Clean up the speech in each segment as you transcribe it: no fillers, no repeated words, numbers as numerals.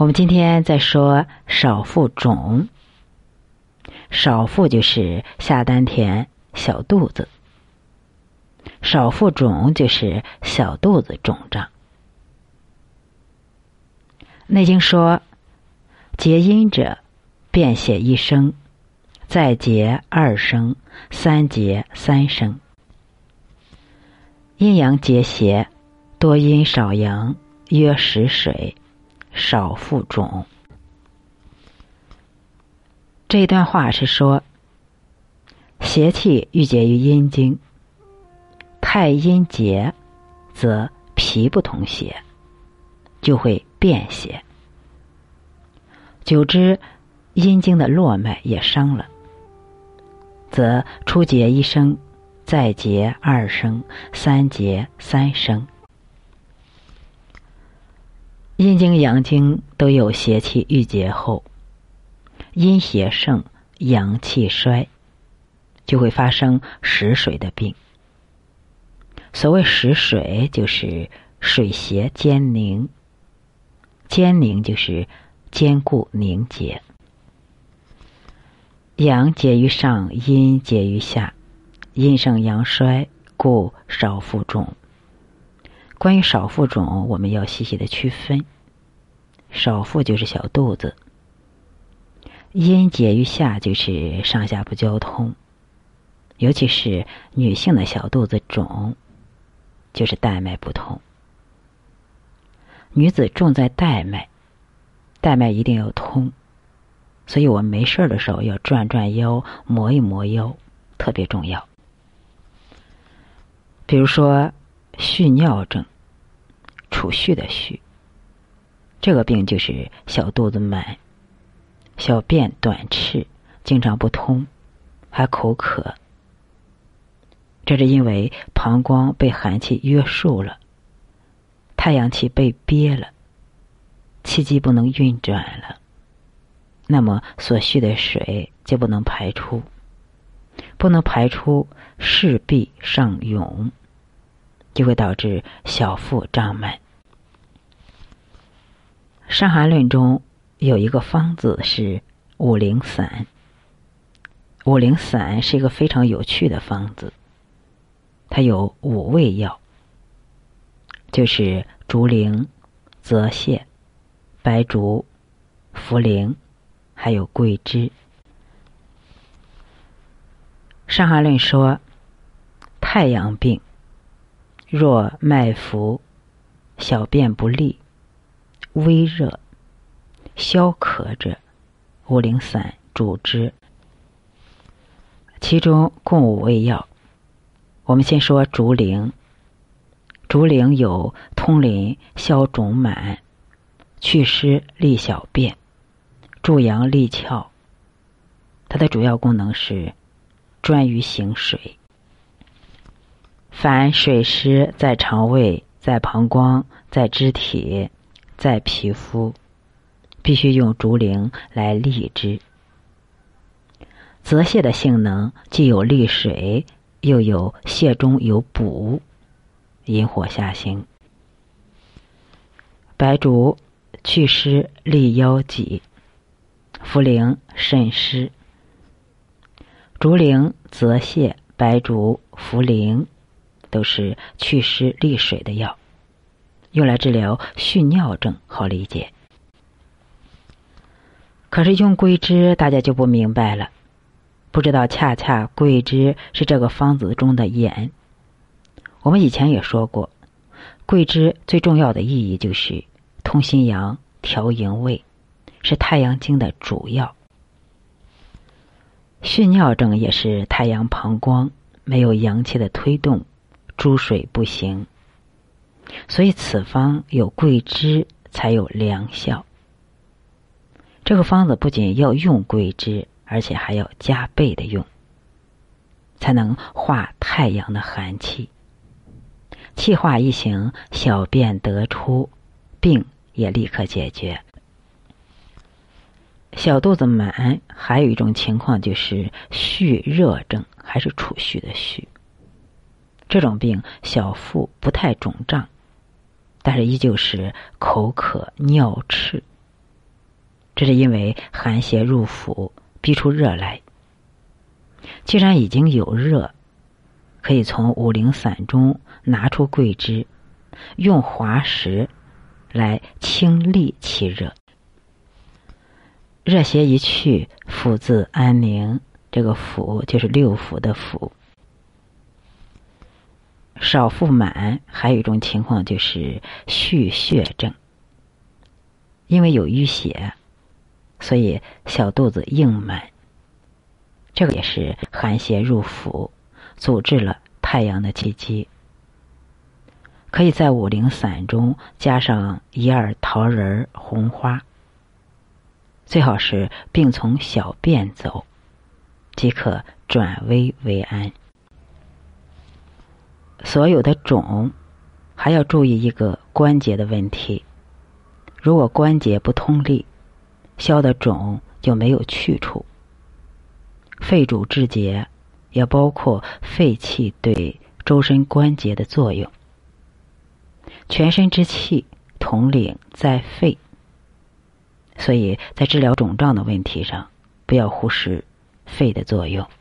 我们今天在说少腹肿，少腹就是下丹田小肚子，少腹肿就是小肚子肿胀。内经说，结阴者，便血一升，再结2升，三结3升。阴阳结邪，多阴少阳，曰实水，少腹肿。这一段话是说，邪气郁结于阴经，太阴结则脾不统血，就会便血，久之阴经的络脉也伤了，则初结1升，再结2升，三结3升。阴经阳经都有邪气郁结后，阴邪盛，阳气衰，就会发生实水的病。所谓实水，就是水邪坚凝，坚凝就是坚固凝结。阳结于上，阴结于下，阴盛阳衰，故少腹肿。关于少腹肿，我们要细细的区分。少腹就是小肚子，阴结于下就是上下不交通，尤其是女性的小肚子肿，就是带脉不通。女子重在带脉，带脉一定要通，所以我们没事的时候要转转腰，磨一磨腰，特别重要。比如说蓄尿症，储蓄的蓄，这个病就是小肚子满，小便短赤，经常不通，还口渴。这是因为膀胱被寒气约束了，太阳气被憋了，气机不能运转了，那么所需的水就不能排出，不能排出，势必上涌，就会导致小腹胀满。《伤寒论》中有一个方子是五苓散，五苓散是一个非常有趣的方子，它有5味药，就是竹苓、泽泻、白术、茯苓，还有桂枝。《伤寒论》说，太阳病若脉浮，小便不利，微热，消渴者，五苓散主之。其中共5味药，我们先说竹苓。竹苓有通淋消肿满，祛湿利小便，助阳利窍，它的主要功能是专于行水。凡水湿在肠胃，在膀胱，在肢体，在皮肤，必须用竹苓来利之。泽泻的性能既有利水，又有泻中有补，引火下行。白术祛湿利腰脊，茯苓渗湿。竹苓、泽泻、白术、茯苓都是祛湿利水的药，用来治疗蓄尿症好理解。可是用桂枝大家就不明白了，不知道恰恰桂枝是这个方子中的眼。我们以前也说过，桂枝最重要的意义就是通心阳、调营卫，是太阳经的主药。蓄尿症也是太阳膀胱没有阳气的推动，诸水不行，所以此方有桂枝才有良效。这个方子不仅要用桂枝，而且还要加倍的用，才能化太阳的寒气。气化一行，小便得出，病也立刻解决。小肚子满还有一种情况就是蓄热症，还是储蓄的蓄。这种病小腹不太肿胀，但是依旧是口渴尿赤， 这是因为寒邪入腑，逼出热来。既然已经有热，可以从五苓散中拿出桂枝，用滑石来清利其热。热邪一去，腑自安宁。这个腑就是六腑的腑。少腹满还有一种情况就是虚血症，因为有淤血，所以小肚子硬满。这个也是寒邪入腑，阻滞了太阳的气机。可以在五苓散中加上一二桃仁、红花，最好是并从小便走，即可转危为安。所有的肿还要注意一个关节的问题，如果关节不通利，消的肿就没有去处。肺主治节，也包括肺气对周身关节的作用。全身之气统领在肺，所以在治疗肿胀的问题上，不要忽视肺的作用。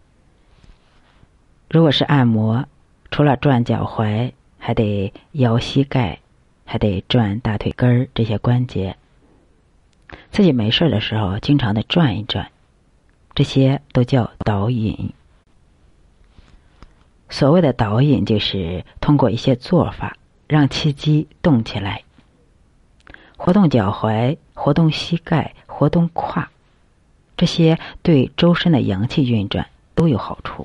如果是按摩，除了转脚踝，还得摇膝盖，还得转大腿根儿这些关节。自己没事的时候，经常的转一转，这些都叫导引。所谓的导引，就是通过一些做法，让气机动起来，活动脚踝，活动膝盖，活动胯，这些对周身的阳气运转都有好处。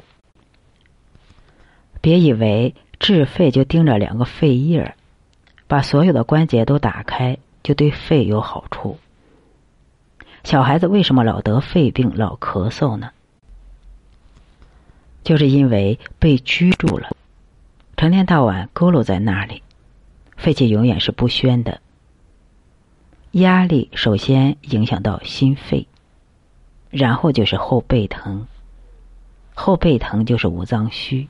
别以为治肺就盯着两个肺叶，把所有的关节都打开，就对肺有好处。小孩子为什么老得肺病、老咳嗽呢？就是因为被拘住了，成天到晚佝偻在那里，肺气永远是不宣的。压力首先影响到心肺，然后就是后背疼，后背疼就是五脏虚。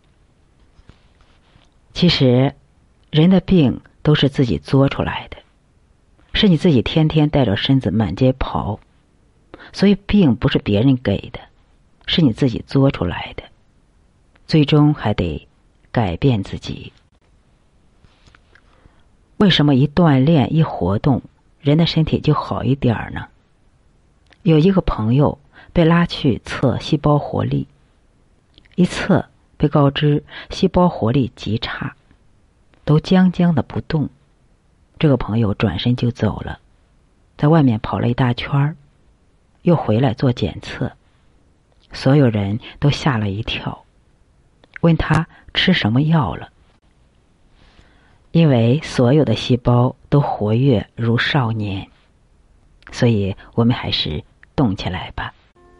其实人的病都是自己作出来的，是你自己天天带着身子满街跑，所以病不是别人给的，是你自己作出来的，最终还得改变自己。为什么一锻炼一活动，人的身体就好一点呢？有一个朋友被拉去测细胞活力，一测被告知细胞活力极差，都僵僵的不动。这个朋友转身就走了，在外面跑了一大圈，又回来做检测，所有人都吓了一跳，问他吃什么药了。因为所有的细胞都活跃如少年，所以我们还是动起来吧。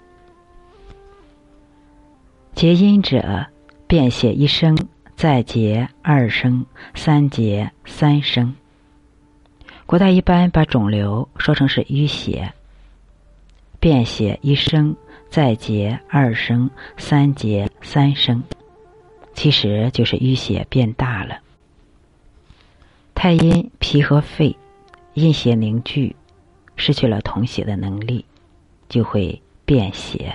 结阴者，便血一升，再结2升、3结3升。古代一般把肿瘤说成是淤血，便血一升，再结2升、3结3升，其实就是淤血变大了。太阴脾和肺，阴血凝聚，失去了统血的能力，就会便血。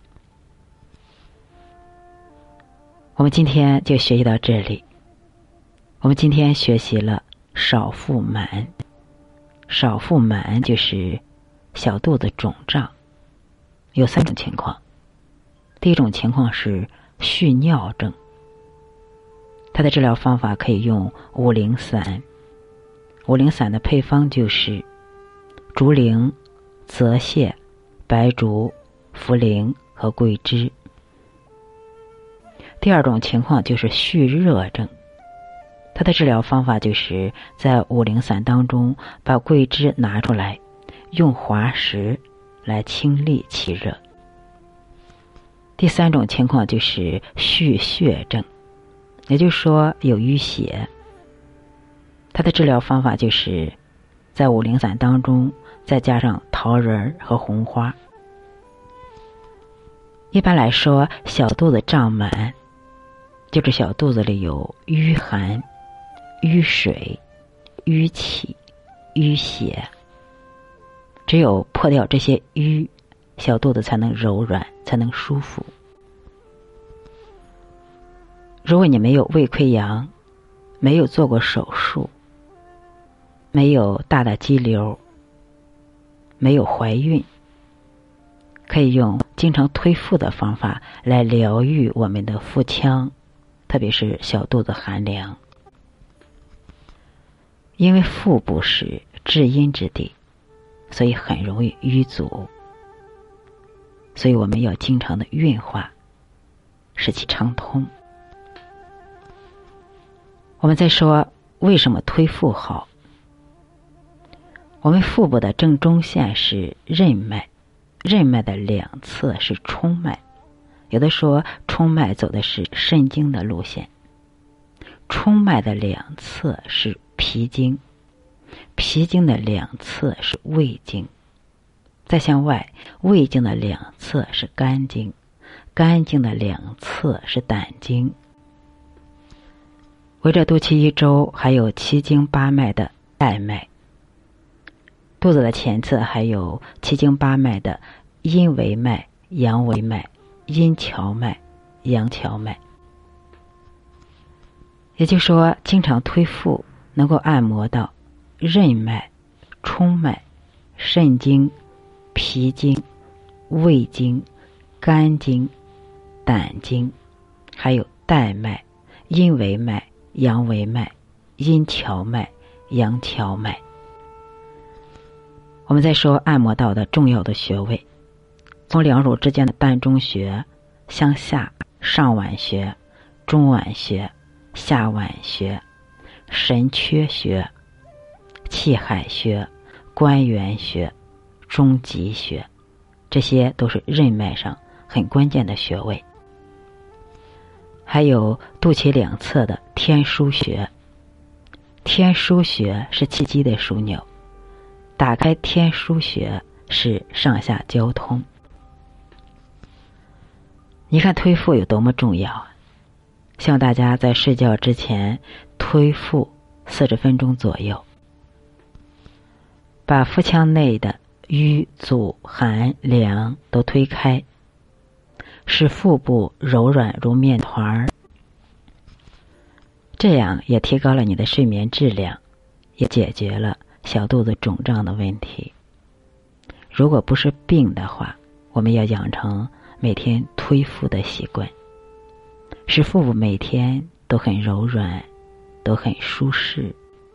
我们今天就学习到这里。我们今天学习了少腹满。少腹满就是小肚子肿胀，有3种情况。第一种情况是蓄尿症，它的治疗方法可以用五苓散。五苓散的配方就是竹苓、泽泻、白术、茯苓和桂枝。第二种情况就是蓄热症，它的治疗方法就是在五苓散当中把桂枝拿出来，用滑石来清利其热。第三种情况就是蓄血症，也就是说有淤血，它的治疗方法就是在五苓散当中再加上桃仁和红花。一般来说，小肚子胀满就是小肚子里有淤寒、淤水、淤气、淤血。 只有破掉这些瘀，小肚子才能柔软，才能舒服。如果你没有胃溃疡，没有做过手术，没有大的肌瘤，没有怀孕，可以用经常推腹的方法来疗愈我们的腹腔，特别是小肚子寒凉。因为腹部是至阴之地，所以很容易淤阻，所以我们要经常的运化，使其畅通。我们再说为什么推腹好。我们腹部的正中线是任脉，任脉的两侧是冲脉，有的说冲脉走的是肾经的路线，冲脉的两侧是脾经，脾经的两侧是胃经，再向外，胃经的两侧是肝经，肝经的两侧是胆经。围着肚脐一周还有七经八脉的带脉，肚子的前侧还有七经八脉的阴维脉、阳维脉、阴跷脉、阳跷脉。也就是说，经常推腹能够按摩到任脉、冲脉、肾经、脾经、胃经、肝经、胆经，还有带脉、阴维脉、阳维脉、阴跷脉、阳跷脉。我们再说按摩到的重要的穴位，从两乳之间的膻中穴向下，上脘穴、中脘穴、下脘穴、神阙穴、气海穴、关元穴、中极穴，这些都是任脉上很关键的穴位。还有肚脐两侧的天枢穴，天枢穴是气机的枢纽，打开天枢穴是上下交通。你看推腹有多么重要啊！希望大家在睡觉之前推腹40分钟左右，把腹腔内的瘀阻寒凉都推开，使腹部柔软如面团，这样也提高了你的睡眠质量，也解决了小肚子肿胀的问题。如果不是病的话，我们要养成每天推腹的习惯，使腹部每天都很柔软，都很舒适。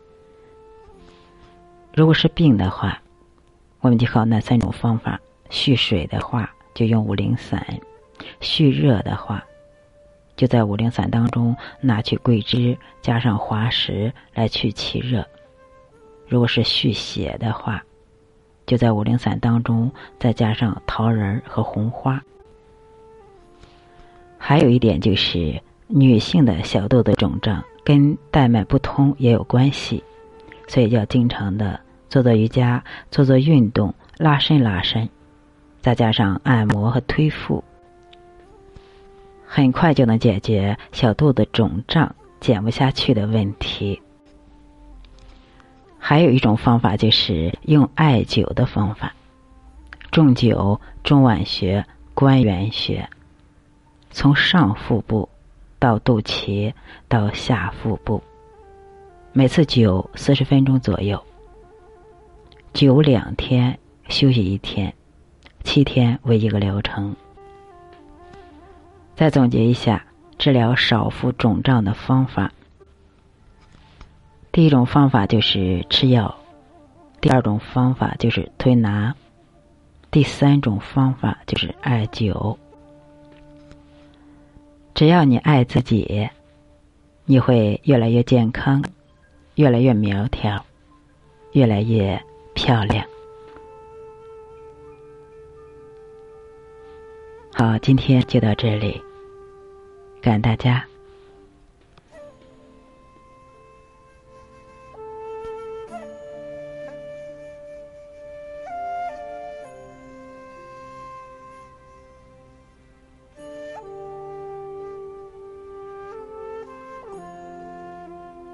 如果是病的话，我们就靠那3种方法。蓄水的话就用五苓散，蓄热的话就在五苓散当中拿去桂枝加上滑石来去其热。如果是蓄血的话，就在五苓散当中再加上桃仁和红花。还有一点就是女性的小肚子肿胀跟带脉不通也有关系，所以要经常的做做瑜伽，做做运动，拉伸拉伸，再加上按摩和推腹，很快就能解决小肚子肿胀减不下去的问题。还有一种方法就是用艾灸的方法，重灸中脘穴、关元穴，从上腹部到肚脐到下腹部，每次灸40分钟左右，灸2天，休息1天，7天为一个疗程。再总结一下治疗少腹肿胀的方法。第一种方法就是吃药，第二种方法就是推拿，第3种方法就是艾灸。只要你爱自己，你会越来越健康，越来越苗条，越来越漂亮。好，今天就到这里，感恩大家。